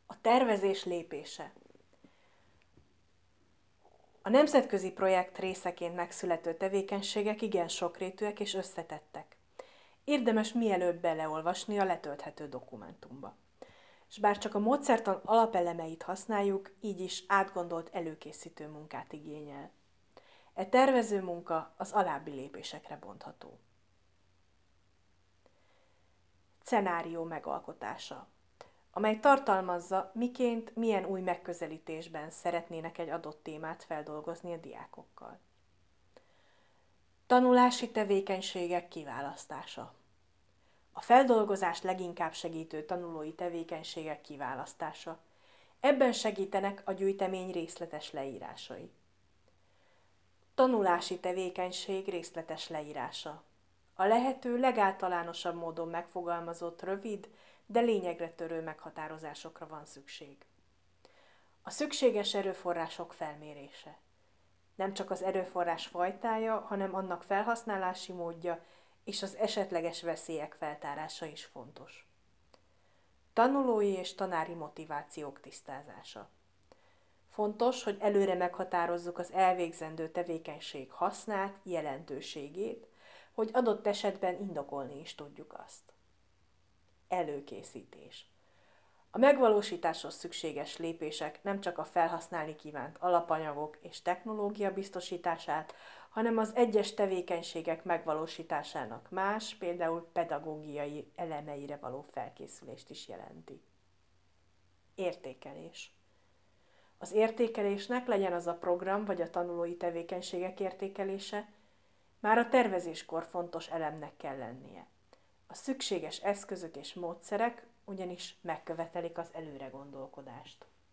A tervezés lépése. A nemzetközi projekt részeként megszülető tevékenységek igen sokrétűek és összetettek. Érdemes mielőbb beleolvasni a letölthető dokumentumba. És bár csak a módszertan alapelemeit használjuk, így is átgondolt előkészítő munkát igényel. E tervező munka az alábbi lépésekre bontható. Szenárió megalkotása, amely tartalmazza, miként, milyen új megközelítésben szeretnének egy adott témát feldolgozni a diákokkal. Tanulási tevékenységek kiválasztása. A feldolgozást leginkább segítő tanulói tevékenységek kiválasztása. Ebben segítenek a gyűjtemény részletes leírásai. Tanulási tevékenység részletes leírása. A lehető legáltalánosabb módon megfogalmazott rövid, de lényegre törő meghatározásokra van szükség. A szükséges erőforrások felmérése. Nem csak az erőforrás fajtája, hanem annak felhasználási módja és az esetleges veszélyek feltárása is fontos. Tanulói és tanári motivációk tisztázása. Fontos, hogy előre meghatározzuk az elvégzendő tevékenység hasznát, jelentőségét, hogy adott esetben indokolni is tudjuk azt. Előkészítés. A megvalósításhoz szükséges lépések nem csak a felhasználni kívánt alapanyagok és technológia biztosítását, hanem az egyes tevékenységek megvalósításának más, például pedagógiai elemeire való felkészülést is jelenti. Értékelés. Az értékelésnek legyen az a program vagy a tanulói tevékenységek értékelése, már a tervezéskor fontos elemnek kell lennie. A szükséges eszközök és módszerek ugyanis megkövetelik az előregondolkodást.